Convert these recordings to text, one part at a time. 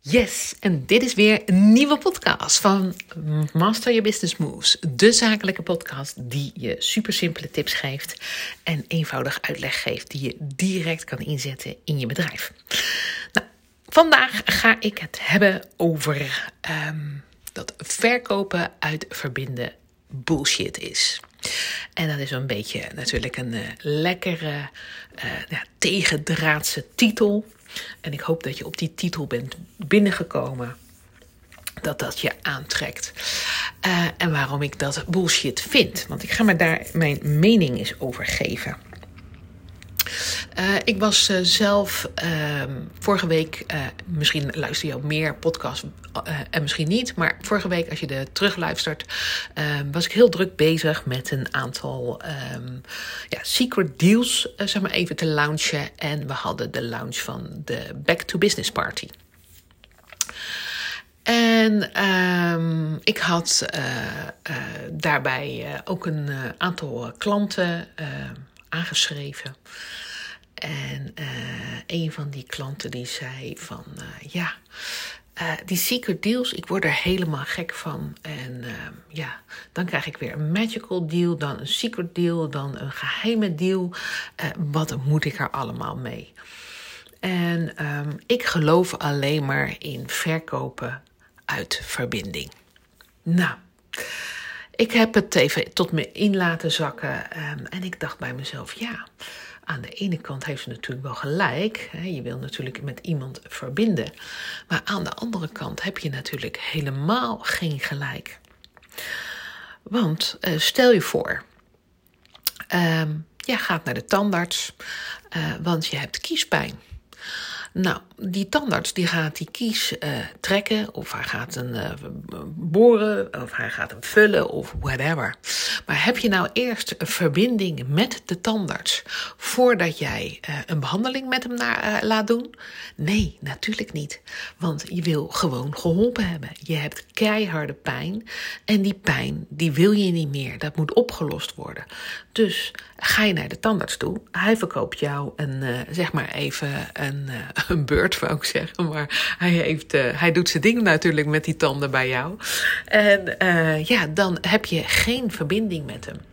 Yes, en dit is weer een nieuwe podcast van Master Your Business Moves. De zakelijke podcast die je super simpele tips geeft en eenvoudig uitleg geeft die je direct kan inzetten in je bedrijf. Nou, vandaag ga ik het hebben over dat verkopen uit verbinden bullshit is. En dat is een beetje natuurlijk een lekkere tegendraadse titel. En ik hoop dat je op die titel bent binnengekomen. Dat je aantrekt. En waarom ik dat bullshit vind. Want ik ga me daar mijn mening eens over geven. Ik was zelf vorige week, misschien luister je al meer podcasts en misschien niet, maar vorige week als je er terugluistert, was ik heel druk bezig met een aantal secret deals zeg maar even te launchen. En we hadden de launch van de Back to Business Party. En ik had daarbij ook een aantal klanten aangeschreven. En een van die klanten die zei van die secret deals, ik word er helemaal gek van. En dan krijg ik weer een magical deal, dan een secret deal, dan een geheime deal. Wat moet ik er allemaal mee? En ik geloof alleen maar in verkopen uit verbinding. Nou, ik heb het even tot me in laten zakken en ik dacht bij mezelf, aan de ene kant heeft ze natuurlijk wel gelijk. Je wil natuurlijk met iemand verbinden. Maar aan de andere kant heb je natuurlijk helemaal geen gelijk. Want stel je voor, jij gaat naar de tandarts, want je hebt kiespijn. Nou, die tandarts die gaat die kies trekken, of hij gaat hem boren, of hij gaat hem vullen, of whatever. Maar heb je nou eerst een verbinding met de tandarts voordat jij een behandeling met hem laat doen? Nee, natuurlijk niet. Want je wil gewoon geholpen hebben. Je hebt keiharde pijn en die pijn die wil je niet meer. Dat moet opgelost worden. Dus ga je naar de tandarts toe. Hij verkoopt jou een beurt, wou ik zeggen. Maar hij doet zijn ding natuurlijk met die tanden bij jou. En dan heb je geen verbinding met hem.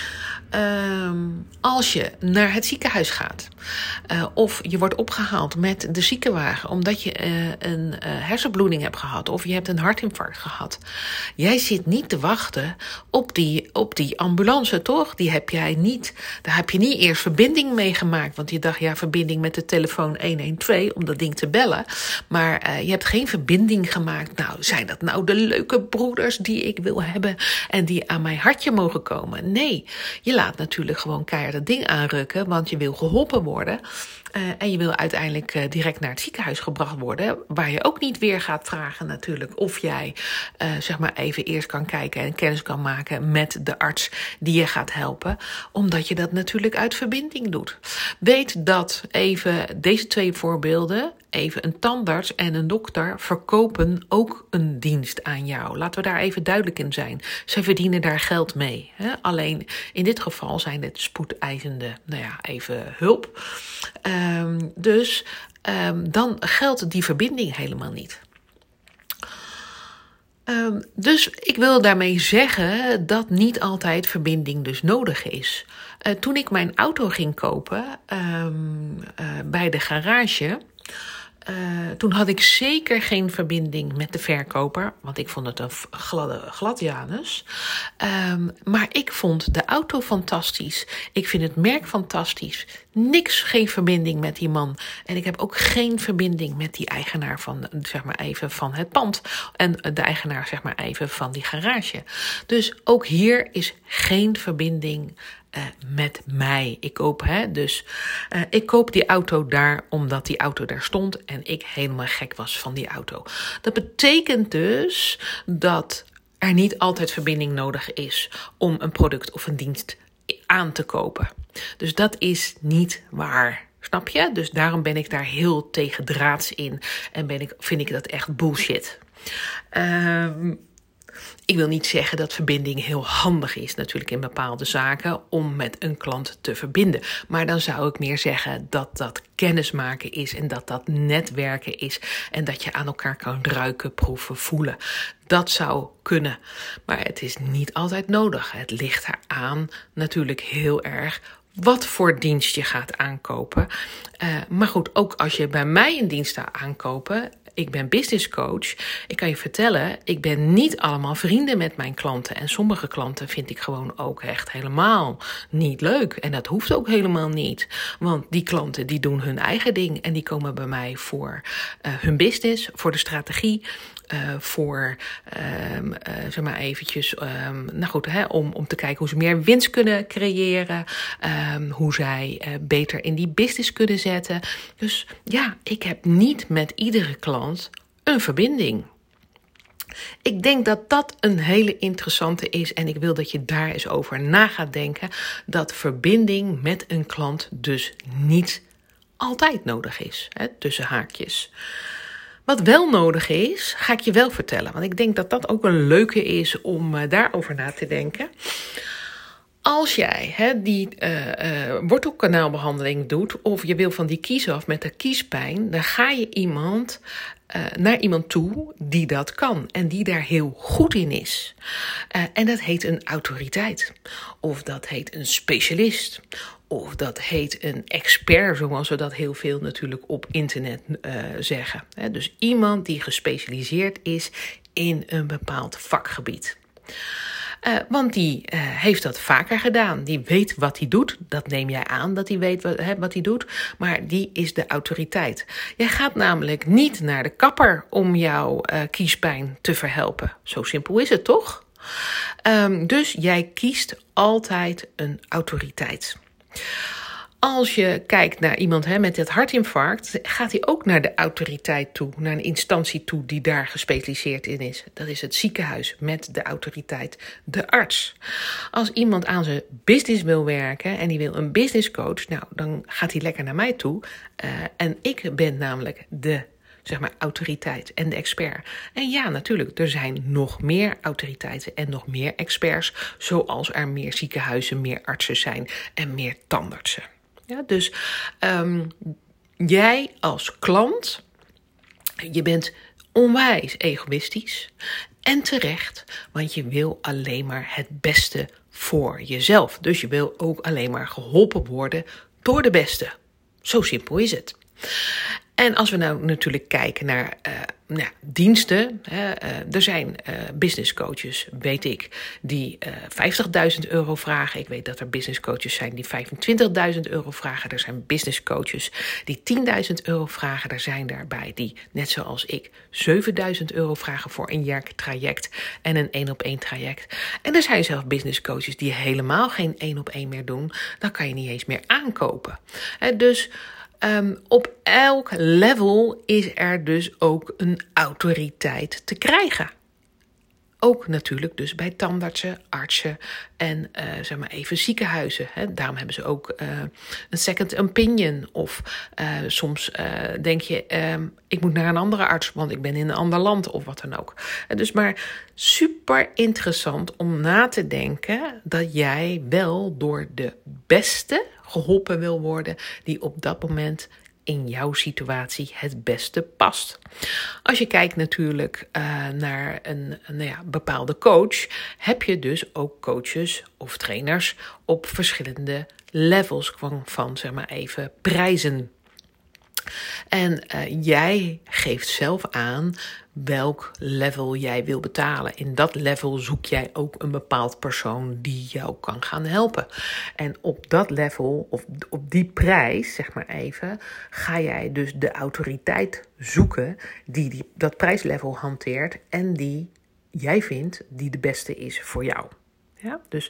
Als je naar het ziekenhuis gaat of je wordt opgehaald met de ziekenwagen omdat je een hersenbloeding hebt gehad of je hebt een hartinfarct gehad. Jij zit niet te wachten op die ambulance, toch? Die heb jij niet. Daar heb je niet eerst verbinding mee gemaakt, want je dacht verbinding met de telefoon 112 om dat ding te bellen. Maar je hebt geen verbinding gemaakt. Nou, zijn dat nou de leuke broeders die ik wil hebben en die aan mijn hartje mogen komen? Nee, je laat natuurlijk gewoon keihard dat ding aanrukken, want je wil geholpen worden. En je wil uiteindelijk direct naar het ziekenhuis gebracht worden, waar je ook niet weer gaat vragen natuurlijk of jij even eerst kan kijken en kennis kan maken met de arts die je gaat helpen, omdat je dat natuurlijk uit verbinding doet. Weet dat even deze twee voorbeelden, even een tandarts en een dokter verkopen ook een dienst aan jou. Laten we daar even duidelijk in zijn. Ze verdienen daar geld mee. Hè? Alleen in dit geval zijn het spoedeisende, even hulp. Dan geldt die verbinding helemaal niet. Dus ik wil daarmee zeggen dat niet altijd verbinding dus nodig is. Toen ik mijn auto ging kopen bij de garage, toen had ik zeker geen verbinding met de verkoper, want ik vond het een gladjanus. Maar ik vond de auto fantastisch. Ik vind het merk fantastisch. Geen verbinding met die man. En ik heb ook geen verbinding met die eigenaar van het pand. En de eigenaar van die garage. Dus ook hier is geen verbinding met mij. Ik koop die auto daar omdat die auto daar stond en ik helemaal gek was van die auto. Dat betekent dus dat er niet altijd verbinding nodig is om een product of een dienst aan te kopen. Dus dat is niet waar. Snap je? Dus daarom ben ik daar heel tegendraads in en vind ik dat echt bullshit. Ik wil niet zeggen dat verbinding heel handig is natuurlijk in bepaalde zaken om met een klant te verbinden. Maar dan zou ik meer zeggen dat dat kennismaken is en dat dat netwerken is. En dat je aan elkaar kan ruiken, proeven, voelen. Dat zou kunnen. Maar het is niet altijd nodig. Het ligt eraan natuurlijk heel erg wat voor dienst je gaat aankopen. Maar goed, ook als je bij mij een dienst gaat aankopen. Ik ben business coach. Ik kan je vertellen, ik ben niet allemaal vrienden met mijn klanten. En sommige klanten vind ik gewoon ook echt helemaal niet leuk. En dat hoeft ook helemaal niet. Want die klanten die doen hun eigen ding. En die komen bij mij voor hun business, voor de strategie. Voor, zeg maar eventjes, nou goed, om te kijken hoe ze meer winst kunnen creëren. Hoe zij beter in die business kunnen zetten. Dus ja, ik heb niet met iedere klant een verbinding. Ik denk dat dat een hele interessante is en ik wil dat je daar eens over na gaat denken. Dat verbinding met een klant dus niet altijd nodig is, tussen haakjes. Wat wel nodig is, ga ik je wel vertellen. Want ik denk dat dat ook een leuke is om daarover na te denken. Als jij die wortelkanaalbehandeling doet of je wil van die kies af met de kiespijn, dan ga je naar iemand toe die dat kan en die daar heel goed in is. En dat heet een autoriteit. Of dat heet een specialist. Of dat heet een expert, zoals we dat heel veel natuurlijk op internet zeggen. Dus iemand die gespecialiseerd is in een bepaald vakgebied. Want die heeft dat vaker gedaan. Die weet wat hij doet. Dat neem jij aan dat hij weet wat hij doet. Maar die is de autoriteit. Jij gaat namelijk niet naar de kapper om jouw kiespijn te verhelpen. Zo simpel is het toch? Dus jij kiest altijd een autoriteit. Als je kijkt naar iemand met het hartinfarct, gaat hij ook naar de autoriteit toe, naar een instantie toe die daar gespecialiseerd in is. Dat is het ziekenhuis met de autoriteit, de arts. Als iemand aan zijn business wil werken en die wil een business coach, nou, dan gaat hij lekker naar mij toe. En ik ben namelijk de autoriteit en de expert. En ja, natuurlijk, er zijn nog meer autoriteiten en nog meer experts, zoals er meer ziekenhuizen, meer artsen zijn en meer tandartsen. Ja, dus jij als klant, je bent onwijs egoïstisch en terecht, want je wil alleen maar het beste voor jezelf. Dus je wil ook alleen maar geholpen worden door de beste. Zo simpel is het. En als we nou natuurlijk kijken naar diensten. Er zijn business coaches, weet ik, die €50.000 vragen. Ik weet dat er business coaches zijn die €25.000 vragen. Er zijn business coaches die €10.000 vragen. Er zijn daarbij die, net zoals ik, €7.000 vragen voor een jaartraject en een 1-op-1 traject. En er zijn zelfs business coaches die helemaal geen 1-op-1 meer doen. Dan kan je niet eens meer aankopen. Dus op elk level is er dus ook een autoriteit te krijgen. Ook natuurlijk dus bij tandartsen, artsen en ziekenhuizen. Daarom hebben ze ook een second opinion. Of soms denk je, ik moet naar een andere arts, want ik ben in een ander land of wat dan ook. Dus maar super interessant om na te denken dat jij wel door de beste geholpen wil worden die op dat moment in jouw situatie het beste past. Als je kijkt natuurlijk naar een bepaalde coach, heb je dus ook coaches of trainers op verschillende levels van prijzen. En jij geeft zelf aan welk level jij wil betalen. In dat level zoek jij ook een bepaald persoon die jou kan gaan helpen. En op dat level, of op die prijs, ga jij dus de autoriteit zoeken die dat prijslevel hanteert en die jij vindt die de beste is voor jou. Ja, dus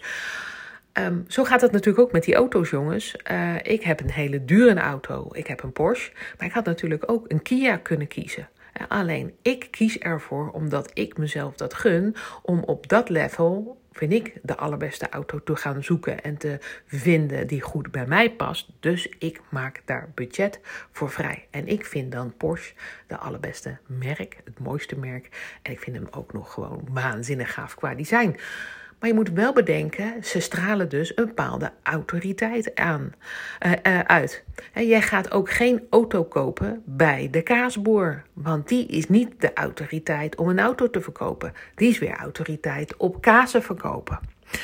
zo gaat het natuurlijk ook met die auto's, jongens. Ik heb een hele dure auto. Ik heb een Porsche. Maar ik had natuurlijk ook een Kia kunnen kiezen. Alleen ik kies ervoor omdat ik mezelf dat gun om op dat level vind ik de allerbeste auto te gaan zoeken en te vinden die goed bij mij past. Dus ik maak daar budget voor vrij. En ik vind dan Porsche de allerbeste merk, het mooiste merk. En ik vind hem ook nog gewoon waanzinnig gaaf qua design. Maar je moet wel bedenken, ze stralen dus een bepaalde autoriteit uit. En jij gaat ook geen auto kopen bij de kaasboer. Want die is niet de autoriteit om een auto te verkopen. Die is weer autoriteit op kazen verkopen.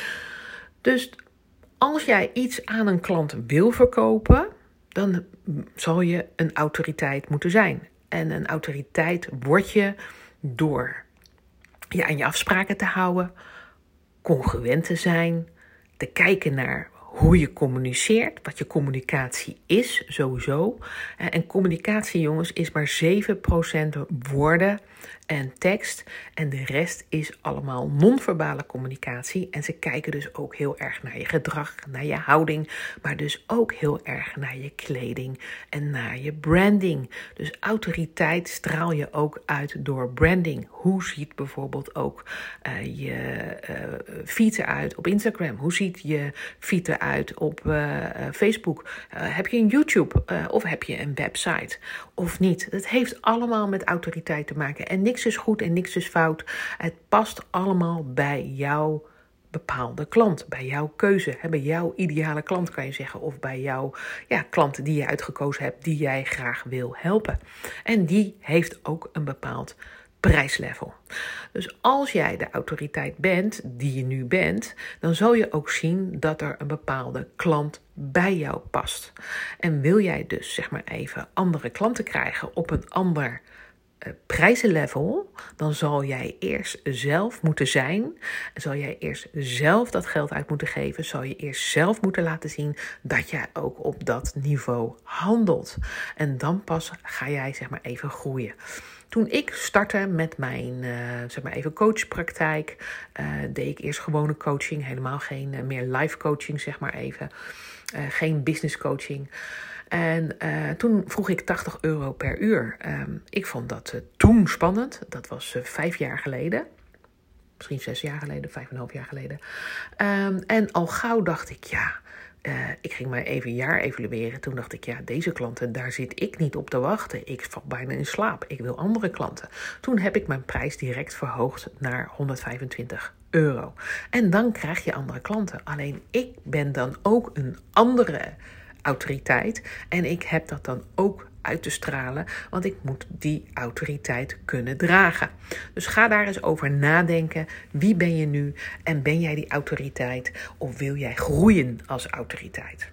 Dus als jij iets aan een klant wil verkopen, dan zal je een autoriteit moeten zijn. En een autoriteit word je door je aan je afspraken te houden, congruent te zijn, te kijken naar hoe je communiceert, wat je communicatie is, sowieso. En communicatie, jongens, is maar 7% woorden en tekst. En de rest is allemaal non-verbale communicatie. En ze kijken dus ook heel erg naar je gedrag, naar je houding, maar dus ook heel erg naar je kleding en naar je branding. Dus autoriteit straal je ook uit door branding. Hoe ziet bijvoorbeeld ook je feed eruit op Instagram? Hoe ziet je feed eruit op Facebook? Heb je een YouTube of heb je een website of niet? Het heeft allemaal met autoriteit te maken. En niks is goed en niks is fout. Het past allemaal bij jouw bepaalde klant, bij jouw keuze, bij jouw ideale klant kan je zeggen, of bij jouw klant die je uitgekozen hebt, die jij graag wil helpen. En die heeft ook een bepaald prijslevel. Dus als jij de autoriteit bent, die je nu bent, dan zal je ook zien dat er een bepaalde klant bij jou past. En wil jij dus, zeg maar even, andere klanten krijgen op een ander prijzenlevel, dan zal jij eerst zelf moeten zijn. Zal jij eerst zelf dat geld uit moeten geven. Zal je eerst zelf moeten laten zien dat jij ook op dat niveau handelt. En dan pas ga jij, zeg maar even, groeien. Toen ik startte met mijn coachpraktijk, deed ik eerst gewone coaching, helemaal geen meer live coaching, zeg maar even. Geen business coaching. En toen vroeg ik €80 per uur. Ik vond dat toen spannend. Dat was 5 jaar geleden. Misschien 6 jaar geleden, 5,5 jaar geleden. En al gauw dacht ik, ik ging maar even een jaar evalueren. Toen dacht ik, deze klanten, daar zit ik niet op te wachten. Ik val bijna in slaap. Ik wil andere klanten. Toen heb ik mijn prijs direct verhoogd naar €125. En dan krijg je andere klanten. Alleen ik ben dan ook een andere autoriteit. En ik heb dat dan ook uit te stralen, want ik moet die autoriteit kunnen dragen. Dus ga daar eens over nadenken. Wie ben je nu en ben jij die autoriteit of wil jij groeien als autoriteit?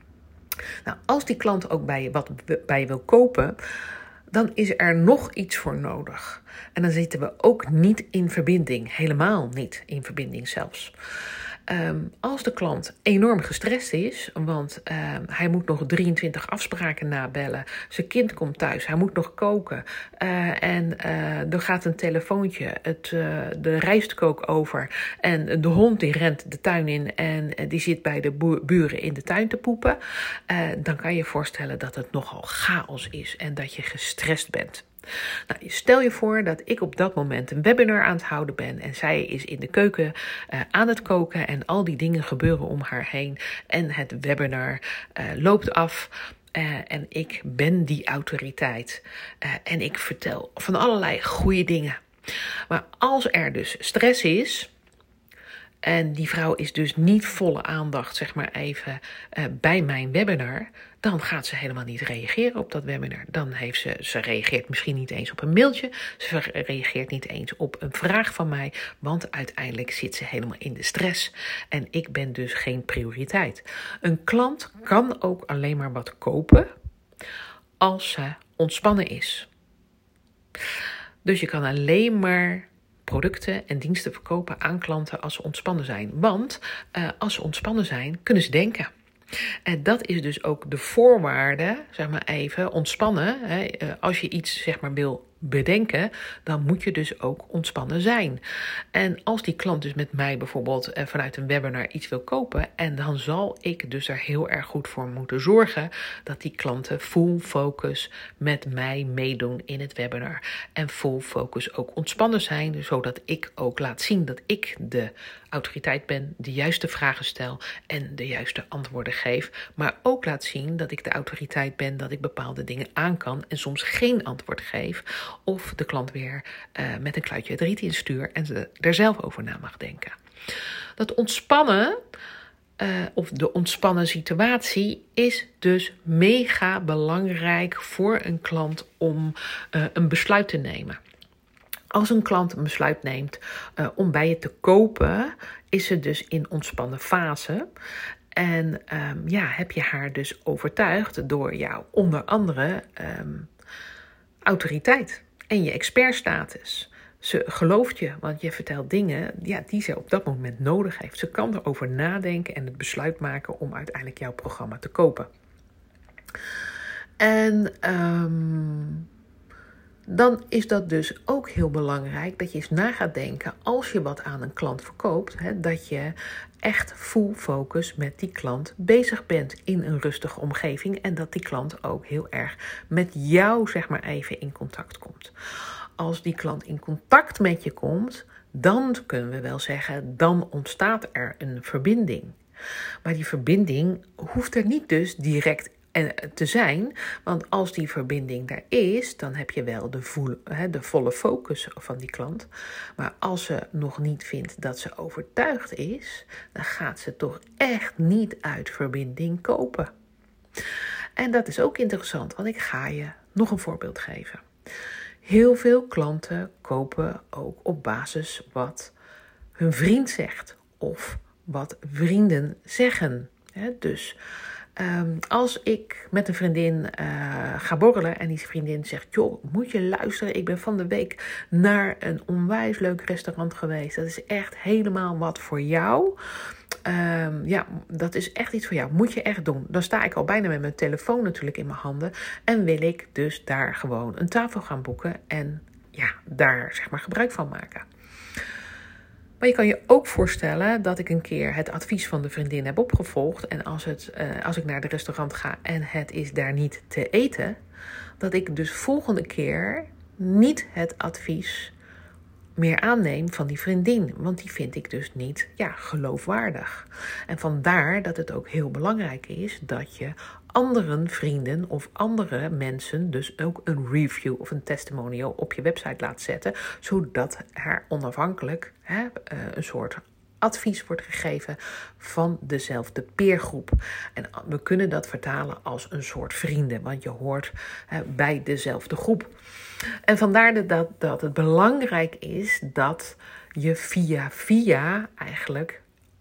Nou, als die klant ook wat bij je wil kopen, dan is er nog iets voor nodig. En dan zitten we ook niet in verbinding, helemaal niet in verbinding zelfs. Als de klant enorm gestrest is, want hij moet nog 23 afspraken nabellen, zijn kind komt thuis, hij moet nog koken en er gaat een telefoontje, de rijstkook over en de hond die rent de tuin in en die zit bij de buren in de tuin te poepen, dan kan je je voorstellen dat het nogal chaos is en dat je gestrest bent. Nou, stel je voor dat ik op dat moment een webinar aan het houden ben en zij is in de keuken aan het koken en al die dingen gebeuren om haar heen en het webinar loopt af en ik ben die autoriteit en ik vertel van allerlei goede dingen. Maar als er dus stress is en die vrouw is dus niet volle aandacht, zeg maar even, bij mijn webinar, dan gaat ze helemaal niet reageren op dat webinar. Dan ze reageert misschien niet eens op een mailtje, ze reageert niet eens op een vraag van mij, want uiteindelijk zit ze helemaal in de stress. En ik ben dus geen prioriteit. Een klant kan ook alleen maar wat kopen als ze ontspannen is. Dus je kan alleen maar producten en diensten verkopen aan klanten als ze ontspannen zijn. Want als ze ontspannen zijn, kunnen ze denken. En dat is dus ook de voorwaarde, zeg maar even, ontspannen. Als je iets, zeg maar, wil bedenken, dan moet je dus ook ontspannen zijn. En als die klant dus met mij bijvoorbeeld vanuit een webinar iets wil kopen, en dan zal ik dus er heel erg goed voor moeten zorgen dat die klanten full focus met mij meedoen in het webinar. En full focus ook ontspannen zijn, zodat ik ook laat zien dat ik de autoriteit ben, de juiste vragen stel en de juiste antwoorden geef. Maar ook laat zien dat ik de autoriteit ben, dat ik bepaalde dingen aan kan en soms geen antwoord geef. Of de klant weer met een kluitje het riet instuur en ze er zelf over na mag denken. Dat ontspannen, of de ontspannen situatie, is dus mega belangrijk voor een klant om een besluit te nemen. Als een klant een besluit neemt om bij je te kopen, is ze dus in ontspannen fase. En heb je haar dus overtuigd door jouw onder andere autoriteit en je expertstatus. Ze gelooft je, want je vertelt dingen die ze op dat moment nodig heeft. Ze kan erover nadenken en het besluit maken om uiteindelijk jouw programma te kopen. En dan is dat dus ook heel belangrijk dat je eens na gaat denken, als je wat aan een klant verkoopt, dat je echt full focus met die klant bezig bent in een rustige omgeving en dat die klant ook heel erg met jou even in contact komt. Als die klant in contact met je komt, dan kunnen we wel zeggen, dan ontstaat er een verbinding. Maar die verbinding hoeft er niet dus direct te zijn, want als die verbinding daar is, dan heb je wel de volle focus van die klant. Maar als ze nog niet vindt dat ze overtuigd is, dan gaat ze toch echt niet uit verbinding kopen. En dat is ook interessant, want ik ga je nog een voorbeeld geven. Heel veel klanten kopen ook op basis wat hun vriend zegt of wat vrienden zeggen. Dus als ik met een vriendin ga borrelen en die vriendin zegt, joh, moet je luisteren, ik ben van de week naar een onwijs leuk restaurant geweest. Dat is echt helemaal wat voor jou. Dat is echt iets voor jou. Moet je echt doen. Dan sta ik al bijna met mijn telefoon natuurlijk in mijn handen en wil ik dus daar gewoon een tafel gaan boeken en daar gebruik van maken. Maar je kan je ook voorstellen dat ik een keer het advies van de vriendin heb opgevolgd. En als ik naar de restaurant ga en het is daar niet te eten, dat ik dus volgende keer niet het advies meer aanneem van die vriendin. Want die vind ik dus niet geloofwaardig. En vandaar dat het ook heel belangrijk is dat je andere vrienden of andere mensen dus ook een review of een testimonial op je website laat zetten, zodat er onafhankelijk een soort advies wordt gegeven van dezelfde peergroep. En we kunnen dat vertalen als een soort vrienden, want je hoort bij dezelfde groep. En vandaar dat het belangrijk is dat je via eigenlijk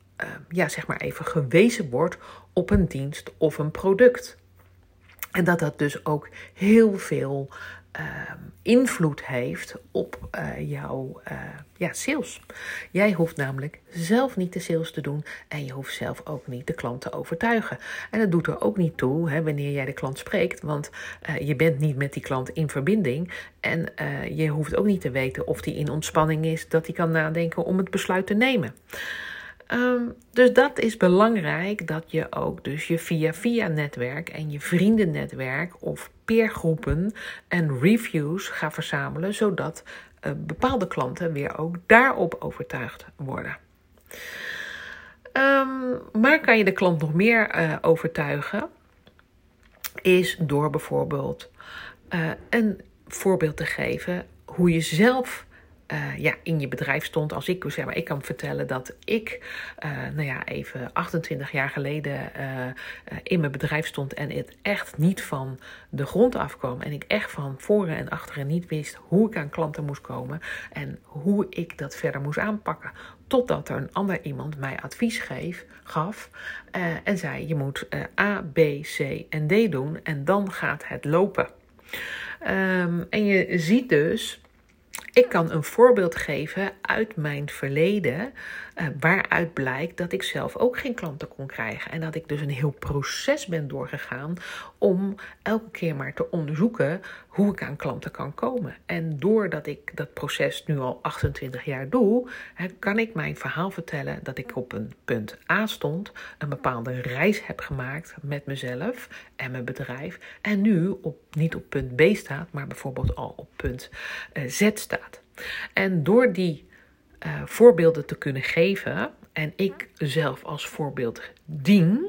even gewezen wordt op een dienst of een product. En dat dus ook heel veel invloed heeft op jouw sales. Jij hoeft namelijk zelf niet de sales te doen en je hoeft zelf ook niet de klant te overtuigen. En dat doet er ook niet toe wanneer jij de klant spreekt, want je bent niet met die klant in verbinding en je hoeft ook niet te weten of die in ontspanning is, dat hij kan nadenken om het besluit te nemen. Dus dat is belangrijk, dat je ook dus je via netwerk en je vriendennetwerk of peergroepen en reviews gaat verzamelen, zodat bepaalde klanten weer ook daarop overtuigd worden. Maar kan je de klant nog meer overtuigen? Is door bijvoorbeeld een voorbeeld te geven hoe je zelf in je bedrijf stond. Als ik kan vertellen dat ik 28 jaar geleden in mijn bedrijf stond en het echt niet van de grond afkwam en ik echt van voren en achteren niet wist hoe ik aan klanten moest komen en hoe ik dat verder moest aanpakken. Totdat er een ander iemand mij advies gaf en zei, je moet A, B, C en D doen en dan gaat het lopen. En je ziet dus, ik kan een voorbeeld geven uit mijn verleden, waaruit blijkt dat ik zelf ook geen klanten kon krijgen. En dat ik dus een heel proces ben doorgegaan om elke keer maar te onderzoeken hoe ik aan klanten kan komen. En doordat ik dat proces nu al 28 jaar doe, kan ik mijn verhaal vertellen dat ik op een punt A stond, een bepaalde reis heb gemaakt met mezelf en mijn bedrijf en nu niet op punt B staat, maar bijvoorbeeld al op punt Z staat. En door die voorbeelden te kunnen geven en ik zelf als voorbeeld dien,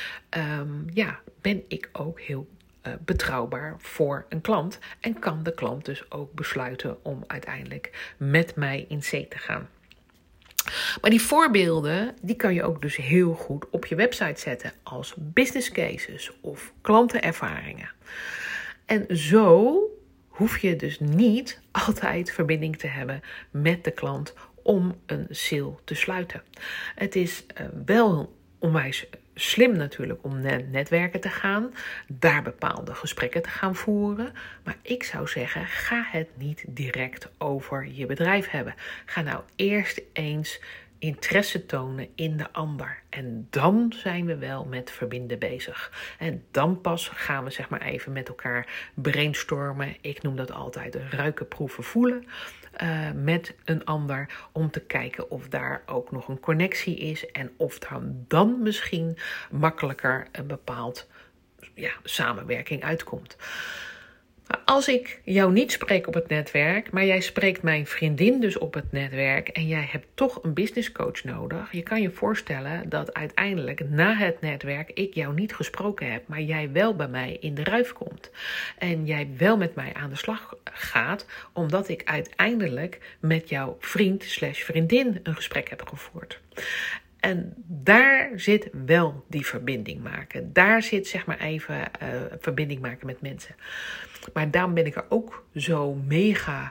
ben ik ook heel betrouwbaar voor een klant en kan de klant dus ook besluiten om uiteindelijk met mij in zee te gaan. Maar die voorbeelden, die kan je ook dus heel goed op je website zetten als business cases of klantenervaringen. En zo hoef je dus niet altijd verbinding te hebben met de klant om een sale te sluiten. Het is wel onwijs slim natuurlijk om netwerken te gaan, daar bepaalde gesprekken te gaan voeren. Maar ik zou zeggen, ga het niet direct over je bedrijf hebben. Ga nou eerst eens interesse tonen in de ander. En dan zijn we wel met verbinden bezig. En dan pas gaan we zeg maar even met elkaar brainstormen. Ik noem dat altijd ruiken, proeven, voelen. Met een ander om te kijken of daar ook nog een connectie is en of dan misschien makkelijker een bepaald samenwerking uitkomt. Maar als ik jou niet spreek op het netwerk, maar jij spreekt mijn vriendin dus op het netwerk en jij hebt toch een business coach nodig, je kan je voorstellen dat uiteindelijk na het netwerk ik jou niet gesproken heb, maar jij wel bij mij in de ruif komt. En jij wel met mij aan de slag gaat, omdat ik uiteindelijk met jouw vriend/vriendin een gesprek heb gevoerd. En daar zit wel die verbinding maken. Daar zit zeg maar even verbinding maken met mensen. Maar daarom ben ik er ook zo mega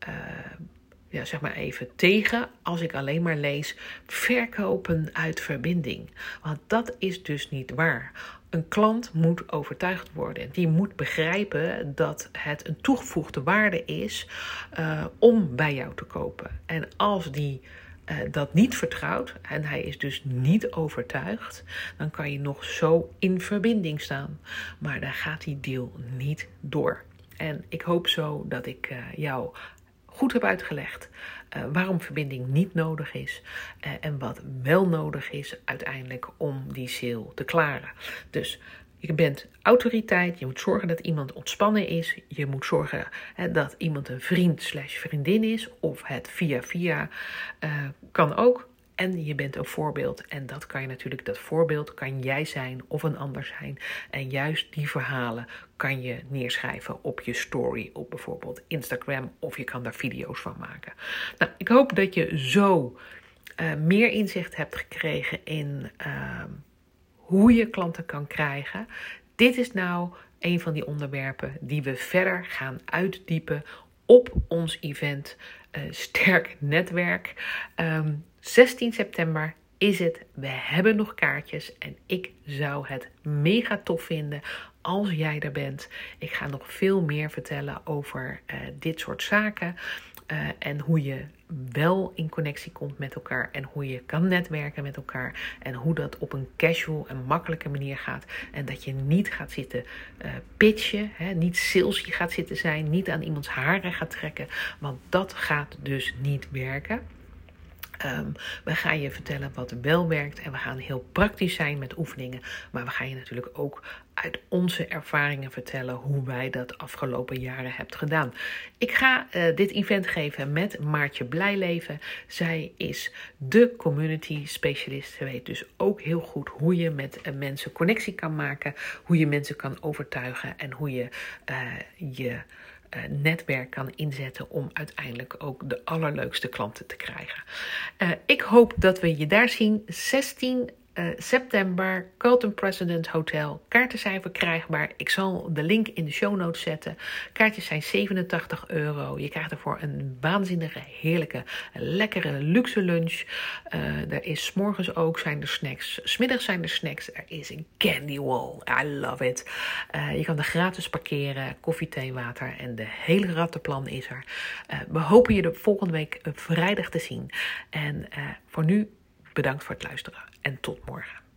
zeg maar even tegen als ik alleen maar lees verkopen uit verbinding. Want dat is dus niet waar. Een klant moet overtuigd worden. Die moet begrijpen dat het een toegevoegde waarde is om bij jou te kopen. En als die dat niet vertrouwt en hij is dus niet overtuigd, dan kan je nog zo in verbinding staan. Maar dan gaat die deal niet door. En ik hoop zo dat ik jou goed heb uitgelegd waarom verbinding niet nodig is en wat wel nodig is uiteindelijk om die sale te klaren. Dus je bent autoriteit, je moet zorgen dat iemand ontspannen is. Je moet zorgen dat iemand een vriend/vriendin is. Of het via kan ook. En je bent een voorbeeld. En dat kan je natuurlijk, dat voorbeeld kan jij zijn of een ander zijn. En juist die verhalen kan je neerschrijven op je story. Op bijvoorbeeld Instagram. Of je kan daar video's van maken. Nou, ik hoop dat je zo meer inzicht hebt gekregen in hoe je klanten kan krijgen. Dit is nou een van die onderwerpen die we verder gaan uitdiepen op ons event Sterk Netwerk. 16 september is het. We hebben nog kaartjes en ik zou het mega tof vinden als jij er bent. Ik ga nog veel meer vertellen over dit soort zaken. En hoe je wel in connectie komt met elkaar. En hoe je kan netwerken met elkaar. En hoe dat op een casual en makkelijke manier gaat. En dat je niet gaat zitten pitchen. Niet salesy gaat zitten zijn. Niet aan iemands haren gaat trekken. Want dat gaat dus niet werken. We gaan je vertellen wat wel werkt en we gaan heel praktisch zijn met oefeningen. Maar we gaan je natuurlijk ook uit onze ervaringen vertellen hoe wij dat afgelopen jaren hebben gedaan. Ik ga dit event geven met Maartje Blijleven. Zij is de community specialist. Ze weet dus ook heel goed hoe je met mensen connectie kan maken. Hoe je mensen kan overtuigen en hoe je je netwerk kan inzetten om uiteindelijk ook de allerleukste klanten te krijgen. Ik hoop dat we je daar zien. 16 september, Carlton President Hotel. Kaarten zijn verkrijgbaar. Ik zal de link in de show notes zetten. Kaartjes zijn €87. Je krijgt ervoor een waanzinnige, heerlijke, lekkere, luxe lunch. Er is 's morgens ook zijn er snacks. 's Middags zijn er snacks. Er is een candy wall. I love it. Je kan er gratis parkeren. Koffie, thee, water. En de hele rattenplan is er. We hopen je de volgende week vrijdag te zien. En voor nu bedankt voor het luisteren en tot morgen.